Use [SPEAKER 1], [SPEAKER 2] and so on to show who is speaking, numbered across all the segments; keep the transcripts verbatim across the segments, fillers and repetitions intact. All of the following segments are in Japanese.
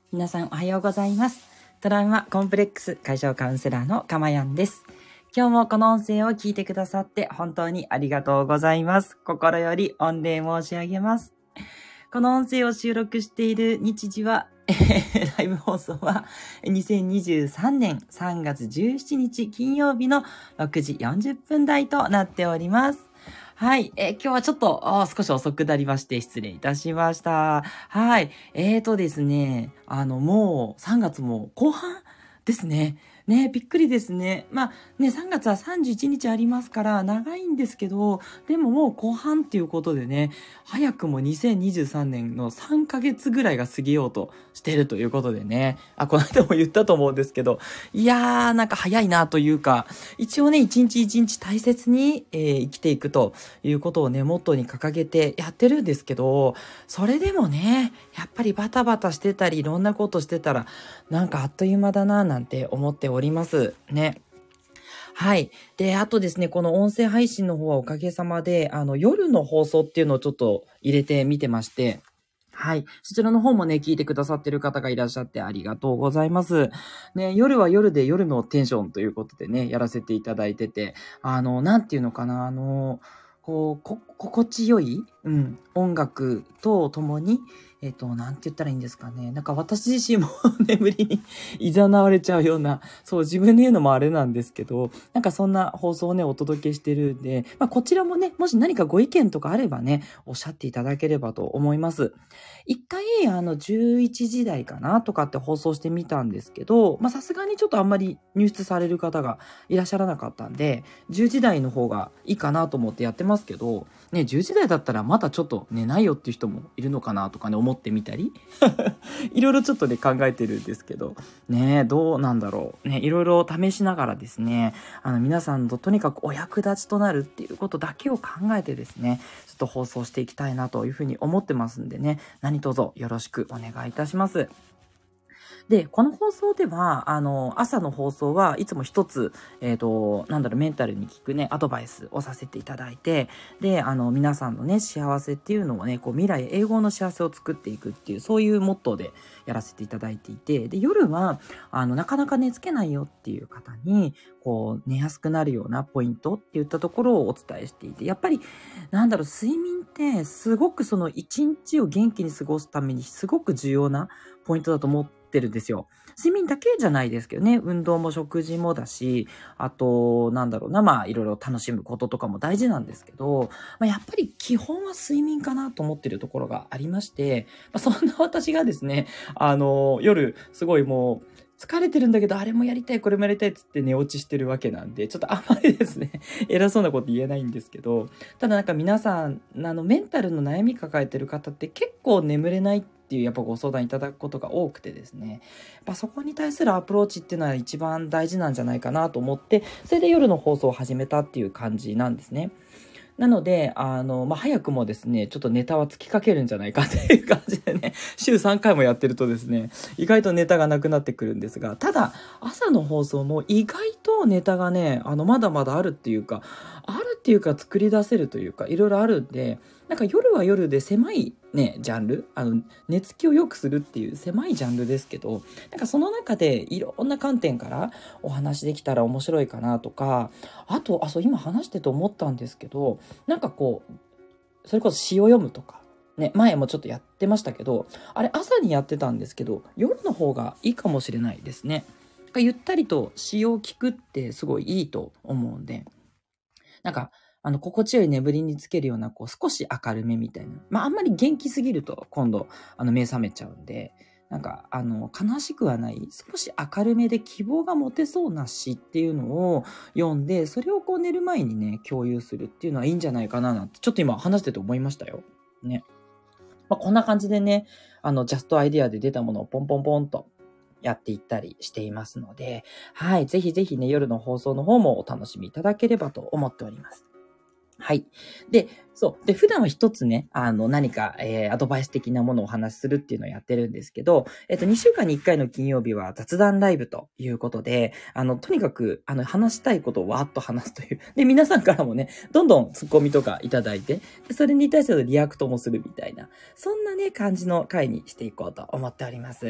[SPEAKER 1] 皆さんおはようございます。トラウマコンプレックス解消カウンセラーのかまやんです。今日もこの音声を聞いてくださって本当にありがとうございます。心より御礼申し上げます。この音声を収録している日時は、ライブ放送はにせんにじゅうさんねんさんがつじゅうしちにち金曜日のろくじよんじゅっぷん台となっております。はい。えー、今日はちょっと少し遅くなりまして失礼いたしました。はい。えーとですね、あの、もうさんがつも後半ですね。ね、びっくりですね。まあね、さんがつはさんじゅういちにちありますから長いんですけど、でももう後半っていうことでね、早くもにせんにじゅうさんねんのさんかげつぐらいが過ぎようとしてるということでね。あ、この間も言ったと思うんですけど、いやー、なんか早いなというか、一応ね、一日一日大切に、えー、生きていくということをね、モットーに掲げてやってるんですけど、それでもね、やっぱりバタバタしてたり、いろんなことしてたら、なんかあっという間だななんて思っておりますね。はい。で、あとですね、この音声配信の方はおかげさまで、あの、夜の放送っていうのをちょっと入れてみてまして、はい。そちらの方もね、聞いてくださってる方がいらっしゃってありがとうございます。ね、夜は夜で夜のテンションということでね、やらせていただいてて、あの、なんていうのかな、あの、こう、こ、心地よい、うん、音楽とともに、えっと、なんて言ったらいいんですかね。なんか私自身も眠りに誘われちゃうような、そう、自分で言うのもあれなんですけど、なんかそんな放送をね、お届けしてるんで、まあ、こちらもね、もし何かご意見とかあればね、おっしゃっていただければと思います。一回、あの、じゅういちじ台かなとかって放送してみたんですけど、まあ、さすがにちょっとあんまり入室される方がいらっしゃらなかったんで、じゅうじ台の方がいいかなと思ってやってますけど、ね、じゅうじ台だったらまだちょっと寝ないよっていう人もいるのかなとかね、思ってみたり、いろいろちょっとね、考えてるんですけど、ね、どうなんだろう。ね、いろいろ試しながらですね、あの、皆さんととにかくお役立ちとなるっていうことだけを考えてですね、ちょっと放送していきたいなというふうに思ってますんでね、何卒よろしくお願いいたします。で、この放送では、あの、朝の放送はいつも一つ、えっと、なんだろう、メンタルに効くね、アドバイスをさせていただいて、で、あの、皆さんのね、幸せっていうのをね、こう、未来永劫の幸せを作っていくっていう、そういうモットーでやらせていただいていて、で、夜は、あの、なかなか寝つけないよっていう方に、こう、寝やすくなるようなポイントっていったところをお伝えしていて、やっぱり、なんだろう、睡眠ってすごくその一日を元気に過ごすためにすごく重要なポイントだと思ってってるんですよ。睡眠だけじゃないですけどね、運動も食事もだし、あと、なんだろうな、まあ、いろいろ楽しむこととかも大事なんですけど、まあ、やっぱり基本は睡眠かなと思ってるところがありまして、まあ、そんな私がですね、あの、夜、すごいもう、疲れてるんだけど、あれもやりたい、これもやりたいっつって寝落ちしてるわけなんで、ちょっとあんまりですね、偉そうなこと言えないんですけど、ただなんか皆さん、あの、メンタルの悩み抱えてる方って結構眠れないっていうやっぱご相談いただくことが多くてですね、やっぱそこに対するアプローチっていうのは一番大事なんじゃないかなと思って、それで夜の放送を始めたっていう感じなんですね。なので、あの、まあ、早くもですね、ちょっとネタは尽きかけるんじゃないかっていう感じでね、週さんかいもやってるとですね、意外とネタがなくなってくるんですが、ただ、朝の放送も意外とネタがね、あの、まだまだあるっていうか、あるっていうか作り出せるというか、いろいろあるんで、なんか夜は夜で狭いね、ジャンル、あの、寝つきを良くするっていう狭いジャンルですけど、なんかその中でいろんな観点からお話できたら面白いかなとか、あと、あ、そう、今話してて思ったんですけど、なんかこう、それこそ詩を読むとか、ね、前もちょっとやってましたけど、あれ朝にやってたんですけど、夜の方がいいかもしれないですね。ゆったりと詩を聞くってすごいいいと思うんで、なんか、あの、心地よい眠りにつけるような、こう、少し明るめみたいな。まあ、あんまり元気すぎると、今度、あの、目覚めちゃうんで、なんか、あの、悲しくはない、少し明るめで希望が持てそうな詩っていうのを読んで、それをこう寝る前にね、共有するっていうのはいいんじゃないかななんて、ちょっと今話してて思いましたよ。ね。まあ、こんな感じでね、あの、ジャストアイデアで出たものをポンポンポンとやっていったりしていますので、はい、ぜひぜひね、夜の放送の方もお楽しみいただければと思っております。はい。で、そう。で、普段は一つね、あの、何か、えー、アドバイス的なものをお話しするっていうのをやってるんですけど、えっと、にしゅうかんにいっかいの金曜日は雑談ライブということで、あの、とにかく、あの、話したいことをわーっと話すという。で、皆さんからもね、どんどんツッコミとかいただいて、でそれに対してのリアクトもするみたいな、そんなね、感じの回にしていこうと思っております。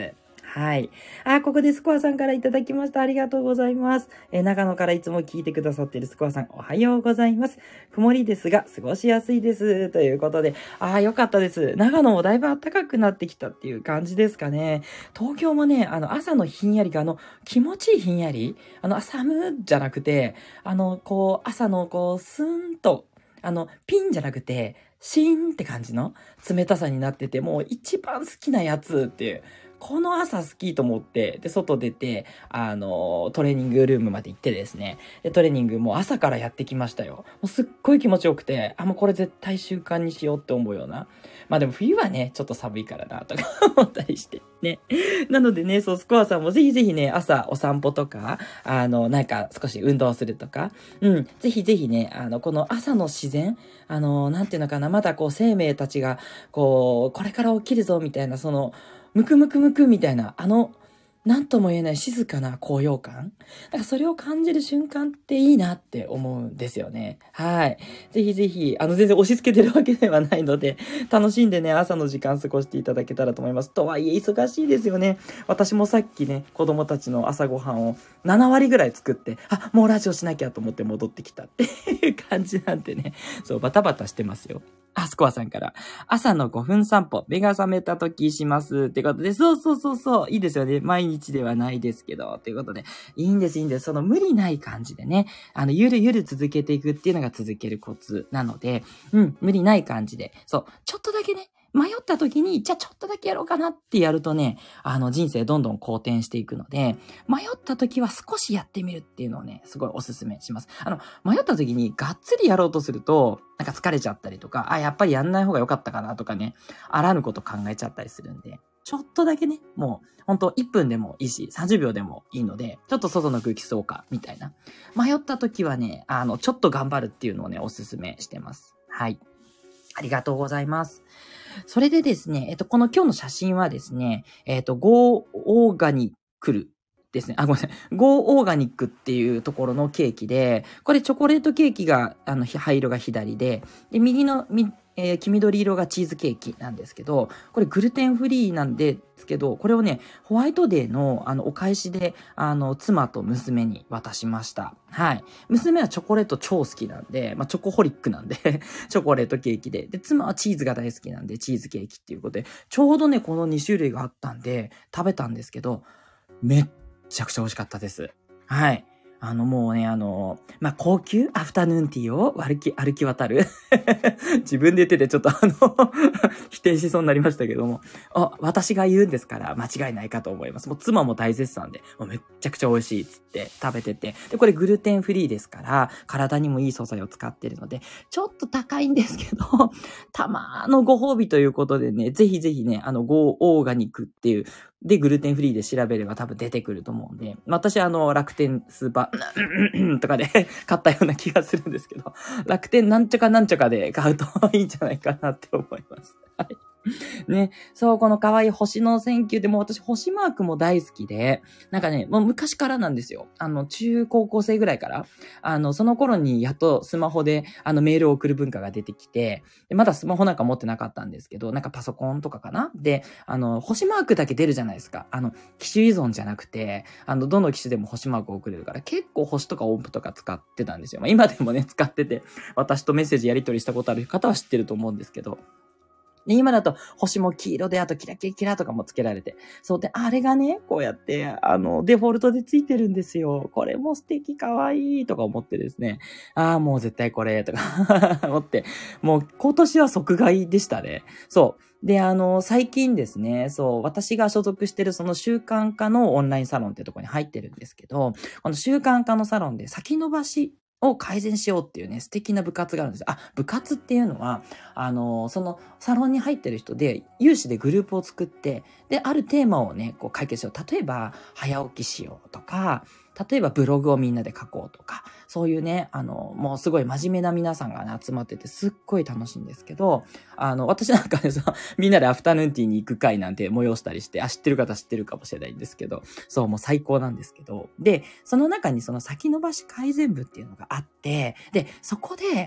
[SPEAKER 1] はい。あ、ここでスコアさんからいただきました。ありがとうございます。えー、長野からいつも聞いてくださっているスコアさん、おはようございます。曇りですが、過ごしやすいです。ということで、あー、よかったです。長野もだいぶ暖かくなってきたっていう感じですかね。東京もね、あの、朝のひんやりが、あの、気持ちいいひんやり、あの、寒じゃなくて、あの、こう、朝のこう、スーンと、あの、ピンじゃなくて、シーンって感じの冷たさになってて、もう一番好きなやつっていう、この朝好きと思って、で、外出て、あの、トレーニングルームまで行ってですね、で、トレーニングもう朝からやってきましたよ。もうすっごい気持ちよくて、あ、もうこれ絶対習慣にしようって思うような。まあでも冬はね、ちょっと寒いからな、とか思ったりして、ね。なのでね、そう、スコアさんもぜひぜひね、朝お散歩とか、あの、なんか少し運動するとか、うん、ぜひぜひね、あの、この朝の自然、あの、なんていうのかな、まだこう生命たちが、こう、これから起きるぞ、みたいな、その、ムクムクムクみたいな、あの、なんとも言えない静かな高揚感。だからそれを感じる瞬間っていいなって思うんですよね。はい。ぜひぜひ、あの、全然押し付けてるわけではないので、楽しんでね、朝の時間過ごしていただけたらと思います。とはいえ、忙しいですよね。私もさっきね、子供たちの朝ごはんをなな割ぐらい作って、あ、もうラジオしなきゃと思って戻ってきたっていう感じなんでね。そう、バタバタしてますよ。あ、スコアさんから。朝のごふん散歩、目が覚めた時します。ってことで、そうそうそうそう、いいですよね。毎日ではないですけど、ということで、いいんです、いいんです。その無理ない感じでね、あの、ゆるゆる続けていくっていうのが続けるコツなので、うん、無理ない感じで、そう、ちょっとだけね、迷った時に、じゃあちょっとだけやろうかなってやるとね、あの人生どんどん好転していくので、迷った時は少しやってみるっていうのをね、すごいおすすめします。あの、迷った時にがっつりやろうとすると、なんか疲れちゃったりとか、あ、やっぱりやんない方が良かったかなとかね、あらぬこと考えちゃったりするんで、ちょっとだけね、もう、ほんといっぷんでもいいし、さんじゅうびょうでもいいので、ちょっと外の空気吸おうか、みたいな。迷った時はね、あの、ちょっと頑張るっていうのをね、おすすめしてます。はい。ありがとうございます。それでですね、えっと、この今日の写真はですね、えっと、Go Organicですね。あ、ごめんなさい。Go Organicっていうところのケーキで、これチョコレートケーキが、あの、灰色が左で、で、右の、み、えー、黄緑色がチーズケーキなんですけど、これグルテンフリーなんですけど、これをね、ホワイトデーの、あの、お返しで、あの、妻と娘に渡しました。はい。娘はチョコレート超好きなんで、まあ、チョコホリックなんで、チョコレートケーキで。で、妻はチーズが大好きなんで、チーズケーキっていうことで、ちょうどね、このに種類があったんで、食べたんですけど、めっちゃくちゃ美味しかったです。はい。あのもうね、あの、まあ、高級アフタヌーンティーを歩き、歩き渡る。自分で言っててちょっとあの、否定しそうになりましたけども、あ、私が言うんですから間違いないかと思います。もう妻も大絶賛で、もうめっちゃくちゃ美味しいっつって食べてて。で、これグルテンフリーですから、体にもいい素材を使ってるので、ちょっと高いんですけど、たまのご褒美ということでね、ぜひぜひね、あの、ゴーオーガニックっていう、で、グルテンフリーで調べれば多分出てくると思うんで、私あの、楽天スーパーとかで買ったような気がするんですけど、楽天なんちゃかなんちゃかで買うといいんじゃないかなって思います。はい。ね。そう、この可愛い星のセンキューでも私星マークも大好きで、なんかね、もう昔からなんですよ。あの、中高校生ぐらいから、あの、その頃にやっとスマホであのメールを送る文化が出てきて、でまだスマホなんか持ってなかったんですけど、なんかパソコンとかかなで、あの、星マークだけ出るじゃないですか。あの、機種依存じゃなくて、あの、どの機種でも星マークを送れるから、結構星とか音符とか使ってたんですよ。まあ、今でもね、使ってて、私とメッセージやり取りしたことある方は知ってると思うんですけど、で、今だと星も黄色で、あとキラキラキラとかもつけられて。そうで、あれがね、こうやって、あの、デフォルトでついてるんですよ。これも素敵かわいいとか思ってですね。ああ、もう絶対これとか思って。もう今年は即買いでしたね。そう。で、あの、最近ですね、そう、私が所属してるその習慣化のオンラインサロンってところに入ってるんですけど、この習慣化のサロンで先延ばしを改善しようっていうね、素敵な部活があるんです。あ、部活っていうのは、あの、そのサロンに入ってる人で、有志でグループを作って、で、あるテーマをね、こう解決しよう。例えば、早起きしようとか、例えばブログをみんなで書こうとか、そういうね、あの、もうすごい真面目な皆さんがね、集まってて、すっごい楽しいんですけど、あの、私なんかね、その、みんなでアフタヌーンティーに行く会なんて催したりして、あ、知ってる方知ってるかもしれないんですけど、そう、もう最高なんですけど、で、その中にその先延ばし改善部っていうのがあって、で、そこで、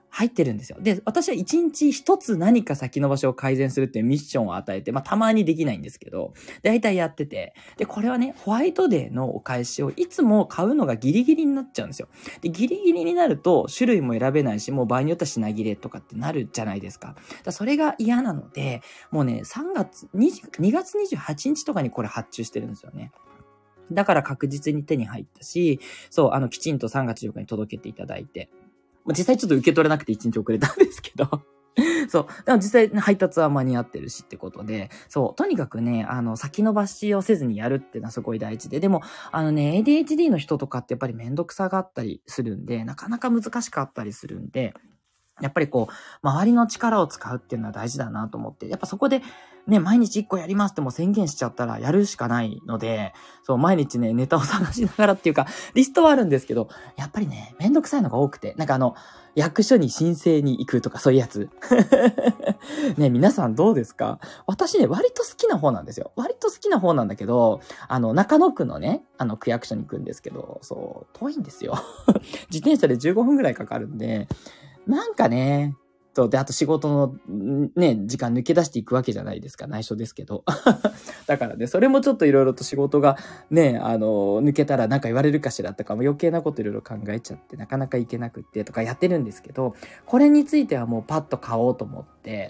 [SPEAKER 1] 入ってるんですよ。で、私は一日一つ何か先延ばしを改善するっていうミッションを与えて、まあたまにできないんですけど、大体やってて、で、これはね、ホワイトデーのお返しをいつも買うのがギリギリになっちゃうんですよ。で、ギリギリになると種類も選べないし、もう場合によっては品切れとかってなるじゃないですか。だからそれが嫌なので、もうね、さんがつ、にがつにじゅうはちにちとかにこれ発注してるんですよね。だから確実に手に入ったし、そう、あの、きちんとさんがつじゅうよっかに届けていただいて、実際ちょっと受け取れなくていちにち遅れたんですけど。そう。でも実際配達は間に合ってるしってことで、そう。とにかくね、あの、先延ばしをせずにやるっていうのはすごい大事で、でも、あのね、エーディーエイチディー の人とかってやっぱりめんどくさがあったりするんで、なかなか難しかったりするんで、やっぱりこう、周りの力を使うっていうのは大事だなと思って、やっぱそこで、ね、毎日一個やりますってもう宣言しちゃったらやるしかないので、そう、毎日ね、ネタを探しながらっていうか、リストはあるんですけど、やっぱりね、めんどくさいのが多くて、なんかあの、役所に申請に行くとかそういうやつ。ね、皆さんどうですか？私ね、割と好きな方なんですよ。割と好きな方なんだけど、あの、中野区のね、あの、区役所に行くんですけど、そう、遠いんですよ。自転車でじゅうごふんぐらいかかるんで、なんかね、そう、で、あと仕事のね、時間抜け出していくわけじゃないですか。内緒ですけど。だからね、それもちょっといろいろと仕事がね、あの、抜けたらなんか言われるかしらとかも余計なこといろいろ考えちゃって、なかなかいけなくってとかやってるんですけど、これについてはもうパッと買おうと思って、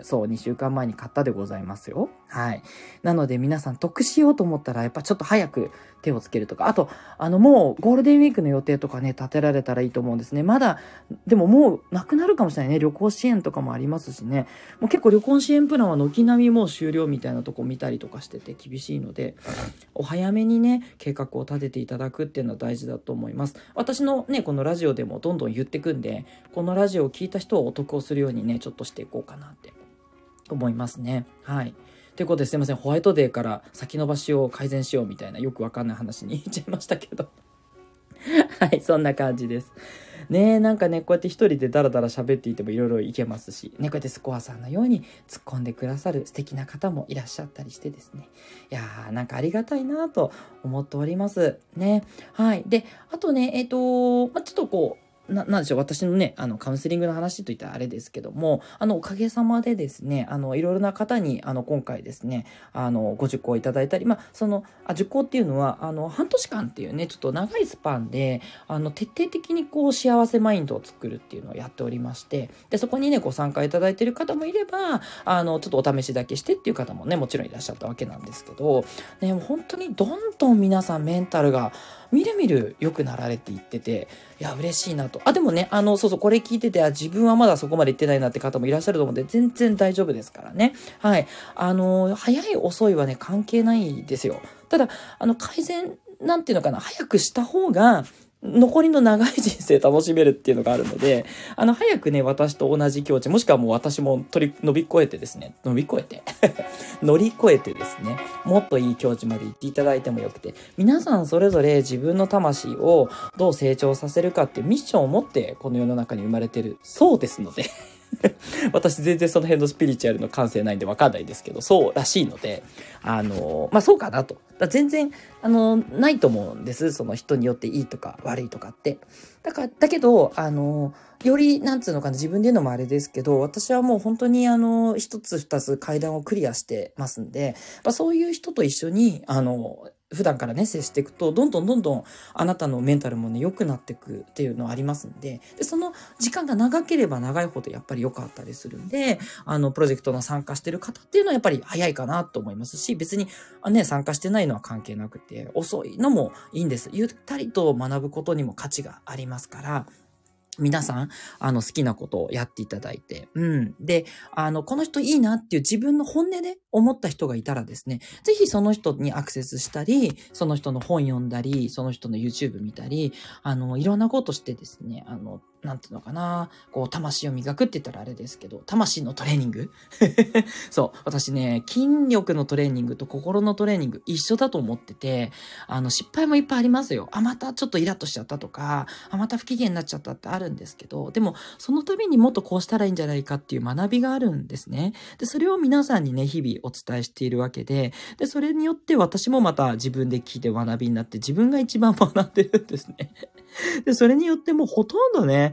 [SPEAKER 1] そう、にしゅうかんまえに買ったでございますよ。はい。なので皆さん得しようと思ったら、やっぱちょっと早く手をつけるとか、あと、あの、もうゴールデンウィークの予定とかね、立てられたらいいと思うんですね。まだ、でももうなくなるかもしれないね。旅行支援とかもありますしね。もう結構旅行支援プランは軒並みもう終了みたいなとこ見たりとかしてて厳しいので、お早めにね、計画を立てていただくっていうのは大事だと思います。私のね、このラジオでもどんどん言ってくんで、このラジオを聞いた人はお得をするようにね、ちょっとしていこうかなって思いますね。はい。ということですいません、ホワイトデーから先延ばしを改善しようみたいなよくわかんない話に言っちゃいましたけど。はい、そんな感じです。ねえ、なんかね、こうやって一人でダラダラ喋っていてもいろいろいけますし、ね、こうやってスコアさんのように突っ込んでくださる素敵な方もいらっしゃったりしてですね。いやー、なんかありがたいなと思っております。ね。はい。で、あとね、えっと、まあ、ちょっとこう、な、なんでしょう。私のね、あの、カウンセリングの話といったらあれですけども、あの、おかげさまでですね、あの、いろいろな方に、あの、今回ですね、あの、ご受講いただいたり、まあ、その、あ、受講っていうのは、あの、半年間っていうね、ちょっと長いスパンで、あの、徹底的にこう、幸せマインドを作るっていうのをやっておりまして、で、そこにね、ご参加いただいている方もいれば、あの、ちょっとお試しだけしてっていう方もね、もちろんいらっしゃったわけなんですけど、ね、もう本当にどんどん皆さんメンタルが、みるみる良くなられていってて、いや、嬉しいなと。あ、でもね、あの、そうそう、これ聞いてて、あ、自分はまだそこまで行ってないなって方もいらっしゃると思うんで、全然大丈夫ですからね。はい。あの、早い遅いはね、関係ないですよ。ただ、あの、改善、なんていうのかな、早くした方が、残りの長い人生楽しめるっていうのがあるので、あの、早くね、私と同じ境地、もしくはもう私も取り、伸び越えてですね、伸び越えて乗り越えてですね、もっといい境地まで行っていただいてもよくて、皆さんそれぞれ自分の魂をどう成長させるかってミッションを持ってこの世の中に生まれてるそうですので私全然その辺のスピリチュアルの感性ないんで分かんないですけど、そうらしいので、あの、まあ、そうかなと。だ全然、あの、ないと思うんです。その人によっていいとか悪いとかって。だから、だけど、あの、より、なんつうのかな、自分で言うのもあれですけど、私はもう本当にあの、一つ二つ階段をクリアしてますんで、まあ、そういう人と一緒に、あの、普段からね、接していくと、どんどんどんどんあなたのメンタルもね、良くなっていくっていうのはありますんで、で、その時間が長ければ長いほどやっぱり良かったりするんで、あの、プロジェクトの参加してる方っていうのはやっぱり早いかなと思いますし、別にね、参加してないのは関係なくて、遅いのもいいんです。ゆったりと学ぶことにも価値がありますから、皆さん、あの、好きなことをやっていただいて、うん。で、あの、この人いいなっていう自分の本音で思った人がいたらですね、ぜひその人にアクセスしたり、その人の本読んだり、その人の YouTube 見たり、あの、いろんなことしてですね、あの、なんていうのかな、こう、魂を磨くって言ったらあれですけど、魂のトレーニングそう、私ね、筋力のトレーニングと心のトレーニング一緒だと思ってて、あの、失敗もいっぱいありますよ。あ、またちょっとイラッとしちゃったとか、あ、また不機嫌になっちゃったってあるんですけど、でも、その度にもっとこうしたらいいんじゃないかっていう学びがあるんですね。で、それを皆さんにね、日々お伝えしているわけで、で、それによって私もまた自分で聞いて学びになって、自分が一番学んでるんですね。で、それによってもうほとんどね、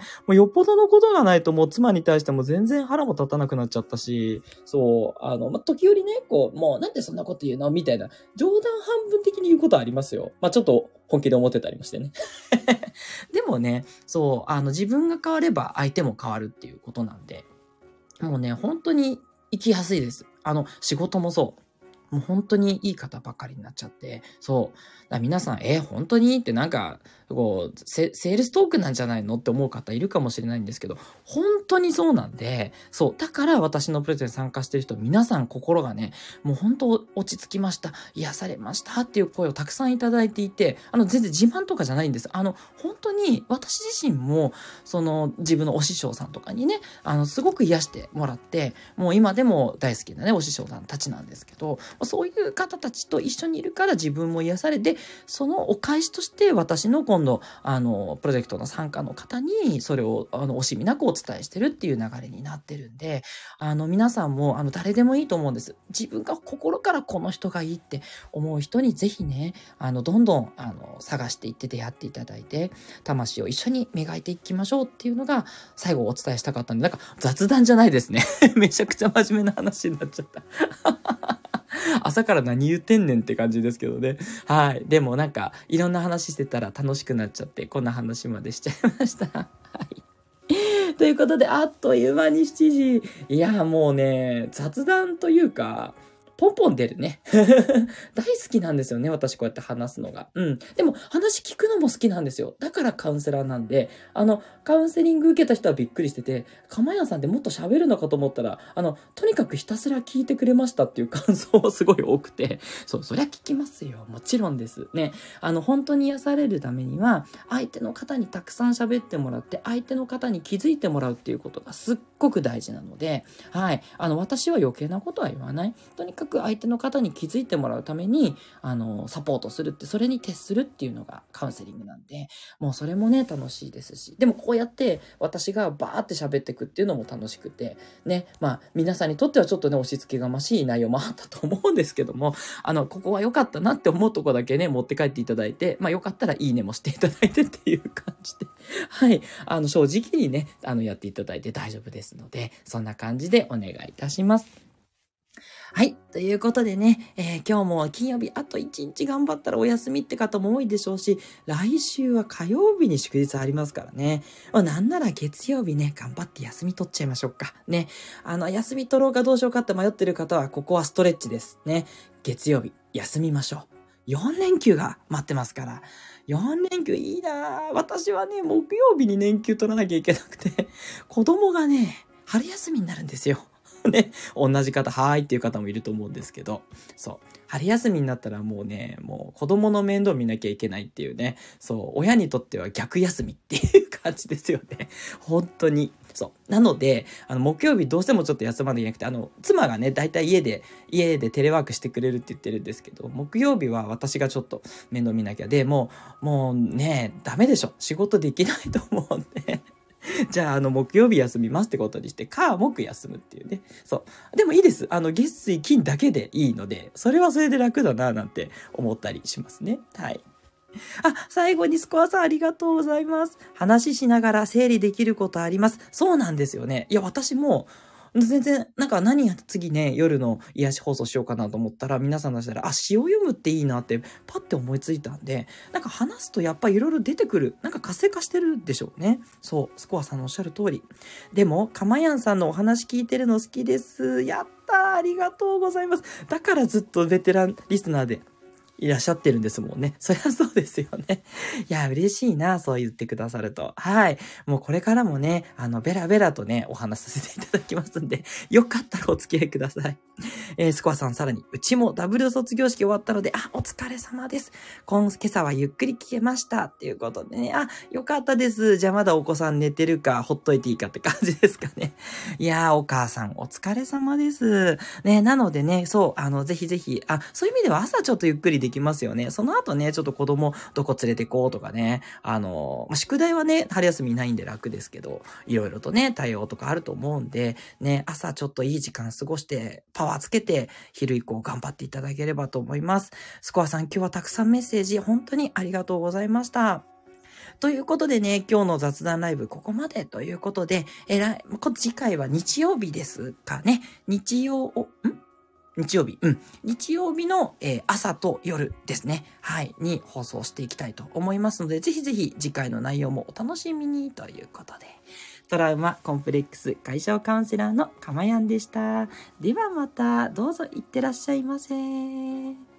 [SPEAKER 1] もうよっぽどのことがないともう妻に対しても全然腹も立たなくなっちゃったし、そう、あの、まあ、時折ね、こう、もうなんでそんなこと言うのみたいな、冗談半分的に言うことはありますよ。まあ、ちょっと本気で思ってたりもしてね。でもね、そう、あの、自分が変われば相手も変わるっていうことなんで、もうね、本当に生きやすいです。あの、仕事もそう。もう本当にいい方ばかりになっちゃって、そう。だから皆さん、え、本当にってなんか、こうセ、セールストークなんじゃないのって思う方いるかもしれないんですけど、本当にそうなんで、そう。だから私のプレゼン参加してる人、皆さん心がね、もう本当落ち着きました。癒されましたっていう声をたくさんいただいていて、あの、全然自慢とかじゃないんです。あの、本当に私自身も、その、自分のお師匠さんとかにね、あの、すごく癒してもらって、もう今でも大好きなね、お師匠さんたちなんですけど、そういう方たちと一緒にいるから自分も癒されて、そのお返しとして私の今度、あの、プロジェクトの参加の方に、それを、あの、惜しみなくお伝えしてるっていう流れになってるんで、あの、皆さんも、あの、誰でもいいと思うんです。自分が心からこの人がいいって思う人にぜひね、あの、どんどん、あの、探していって出会っていただいて、魂を一緒に磨いていきましょうっていうのが、最後お伝えしたかったんで、なんか雑談じゃないですね。めちゃくちゃ真面目な話になっちゃった。朝から何言ってんねんって感じですけどね。はい。でもなんか、いろんな話してたら楽しくなっちゃって、こんな話までしちゃいました。はい。ということで、あっという間にしちじ。いや、もうね、雑談というか、ポンポン出るね。大好きなんですよね。私こうやって話すのが。うん。でも話聞くのも好きなんですよ。だからカウンセラーなんで、あの、カウンセリング受けた人はびっくりしてて、かまやさんってもっと喋るのかと思ったら、あの、とにかくひたすら聞いてくれましたっていう感想もすごい多くて、そう、そりゃ聞きますよ。もちろんです。ね。あの、本当に癒されるためには、相手の方にたくさん喋ってもらって、相手の方に気づいてもらうっていうことがすっごく大事なので、はい。あの、私は余計なことは言わない。とにかく相手の方に気づいてもらうために、あの、サポートするって、それに徹するっていうのがカウンセリングなんで、もうそれもね、楽しいですし、でもこうやって私がバーって喋っていくっていうのも楽しくて、ね、まあ、皆さんにとってはちょっとね、押し付けがましい内容もあったと思うんですけども、あの、ここは良かったなって思うとこだけね、持って帰っていただいて、まあ、よかったらいいねもしていただいてっていう感じで、はい、あの、正直にね、あの、やっていただいて大丈夫ですので、そんな感じでお願いいたします。はい。ということでね、えー、今日も金曜日あと一日頑張ったらお休みって方も多いでしょうし、来週は火曜日に祝日ありますからね。まあ、なんなら月曜日ね、頑張って休み取っちゃいましょうか。ね。あの、休み取ろうかどうしようかって迷ってる方は、ここはストレッチです。ね。月曜日、休みましょう。よん連休が待ってますから。よん連休いいなぁ。私はね、木曜日に年休取らなきゃいけなくて、子供がね、春休みになるんですよ。ね、同じ方、はーいっていう方もいると思うんですけど、そう。春休みになったらもうね、もう子供の面倒見なきゃいけないっていうね、そう、親にとっては逆休みっていう感じですよね。本当に。そう。なので、あの、木曜日どうしてもちょっと休まなきゃいけなくて、あの、妻がね、だいたい家で、家でテレワークしてくれるって言ってるんですけど、木曜日は私がちょっと面倒見なきゃ。で、もう、もうね、ダメでしょ。仕事できないと思うんで。じゃあ、あの、木曜日休みますってことにして、火、木休むっていうね。そう。でもいいです。あの、月水金だけでいいので、それはそれで楽だな、なんて思ったりしますね。はい。あ、最後にスコアさんありがとうございます。話しながら整理できることあります。そうなんですよね。いや、私も、全然、なんか何や次ね、夜の癒し放送しようかなと思ったら、皆さんのしたら、あ、詩を読むっていいなって、パッて思いついたんで、なんか話すとやっぱりいろいろ出てくる。なんか活性化してるでしょうね。そう、スコアさんのおっしゃる通り。でも、かまやんさんのお話聞いてるの好きです。やったー、ありがとうございます。だからずっとベテランリスナーでいらっしゃってるんですもんね。そりゃそうですよね。いや、嬉しいな、そう言ってくださると。はい。もうこれからもね、あの、ベラベラとね、お話しさせていただきますんで、よかったらお付き合いください。えー、スコアさんさらに、うちもダブル卒業式終わったので、あ、お疲れ様です。今、今朝はゆっくり聞けました。っていうことでね、あ、よかったです。じゃあまだお子さん寝てるか、ほっといていいかって感じですかね。いやー、お母さんお疲れ様です。ね、なのでね、そう、あの、ぜひぜひ、あ、そういう意味では朝ちょっとゆっくりできますよね。その後ね、ちょっと子供どこ連れてこうとかね、あの、まあ、宿題はね、春休みないんで楽ですけど、いろいろとね、対応とかあると思うんで、ね、朝ちょっといい時間過ごして、パワーつけて、昼以降頑張っていただければと思います。スコアさん、今日はたくさんメッセージ、本当にありがとうございました。 ということでね、今日の雑談ライブここまでということで、えらい、次回は日曜日ですかね。日曜、ん日曜日、うん。日曜日の、えー、朝と夜ですね。はい。に放送していきたいと思いますので、ぜひぜひ次回の内容もお楽しみにということで。トラウマコンプレックス解消カウンセラーのかまやんでした。ではまた、どうぞいってらっしゃいませ。